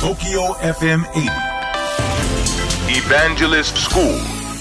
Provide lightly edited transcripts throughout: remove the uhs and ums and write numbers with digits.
Tokyo FM 80 Evangelist School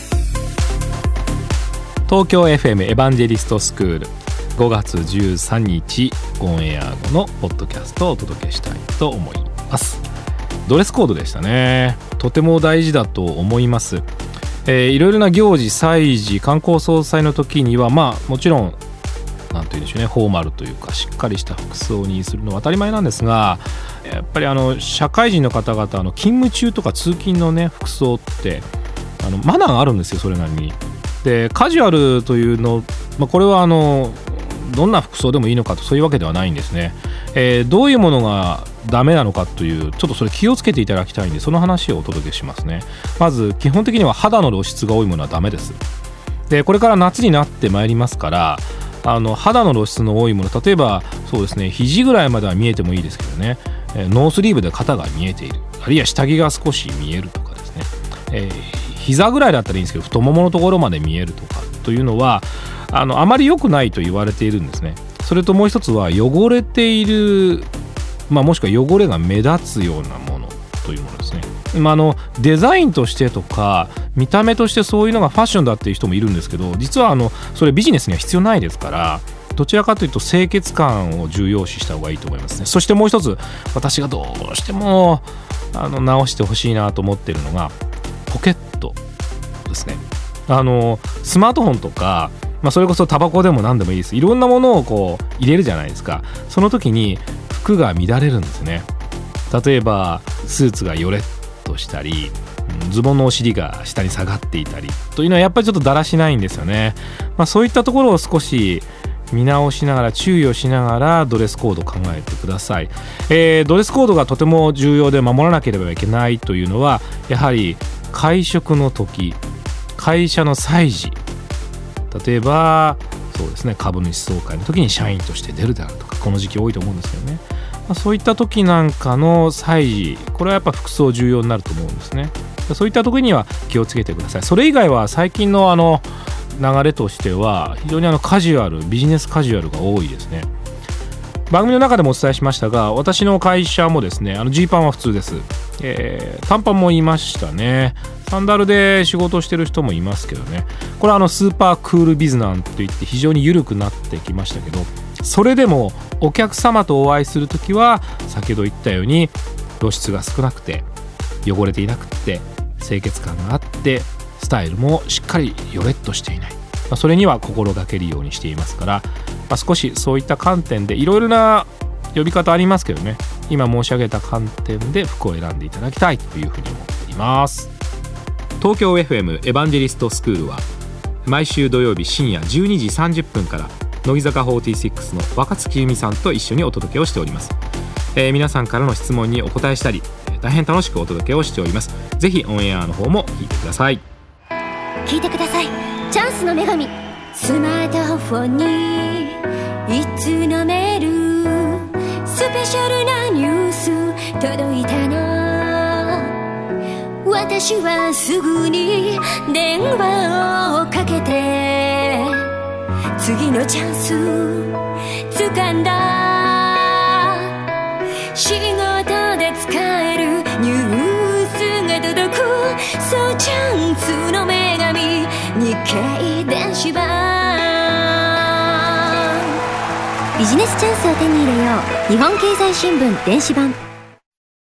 東京 FM エヴァンジェリストスクール5月13日オンエア後のポッドキャストをお届けしたいと思います。ドレスコードでしたね。とても大事だと思います。いろいろな行事、祭事、観光総裁の時にはもちろんなんて言うんでしょうね、フォーマルというかしっかりした服装にするのは当たり前なんですが、やっぱり社会人の方々勤務中とか通勤のね服装ってマナーがあるんですよ。それなりにでカジュアルというの、これはどんな服装でもいいのかとそういうわけではないんですね。どういうものがダメなのかというちょっとそれ気をつけていただきたいんで、その話をお届けしますね。まず基本的には肌の露出が多いものはダメです。でこれから夏になってまいりますから肌の露出の多いもの、例えばそうですね、肘ぐらいまでは見えてもいいですけどね、ノースリーブで肩が見えている、あるいは下着が少し見えるとかですね、膝ぐらいだったらいいんですけど太もものところまで見えるとかというのはあまり良くないと言われているんですね。それともう一つは汚れている、もしくは汚れが目立つようなものというものですね。デザインとしてとか見た目としてそういうのがファッションだっていう人もいるんですけど、実はそれビジネスには必要ないですから、どちらかというと清潔感を重要視した方がいいと思いますね。そしてもう一つ私がどうしても直してほしいなと思っているのがポケットですね。スマートフォンとか、それこそタバコでも何でもいいです。いろんなものをこう入れるじゃないですか。その時に服が乱れるんですね。例えばスーツがよれっとしたり、ズボンのお尻が下に下がっていたりというのはやっぱりちょっとだらしないんですよね。そういったところを少し見直しながら注意をしながらドレスコードを考えてください。ドレスコードがとても重要で守らなければいけないというのはやはり会食の時、会社の祭事、例えばそうですね、株主総会の時に社員として出るであるとか、この時期多いと思うんですけどね、そういった時なんかの祭事、これはやっぱ服装重要になると思うんですね。そういった時には気をつけてください。それ以外は最近の流れとしては非常にカジュアル、ビジネスカジュアルが多いですね。番組の中でもお伝えしましたが、私の会社もですねジーパンは普通です。短パンもいましたね。サンダルで仕事をしてる人もいますけどね。これはスーパークールビズなんて言って非常に緩くなってきましたけど、それでもお客様とお会いするときは先ほど言ったように露出が少なくて汚れていなくて清潔感があってスタイルもしっかりよれっとしていない、それには心がけるようにしていますから、少しそういった観点でいろいろな呼び方ありますけどね、今申し上げた観点で服を選んでいただきたいというふうに思っています。東京 FM エヴァンジェリストスクールは毎週土曜日深夜12時30分から乃木坂46の若月由美さんと一緒にお届けをしております。皆さんからの質問にお答えしたり大変楽しくお届けをしております。ぜひオンエアの方も聞いてください。 聞いてください。チャンスの女神。スマートフォンにいつのメール、スペシャルなニュース届いたの。私はすぐに電話をかけて次のチャンス掴んだ。仕事で使えるニュースが届く、そうチャンスの女神、日経電子版。ビジネスチャンスを手に入れよう、日本経済新聞電子版。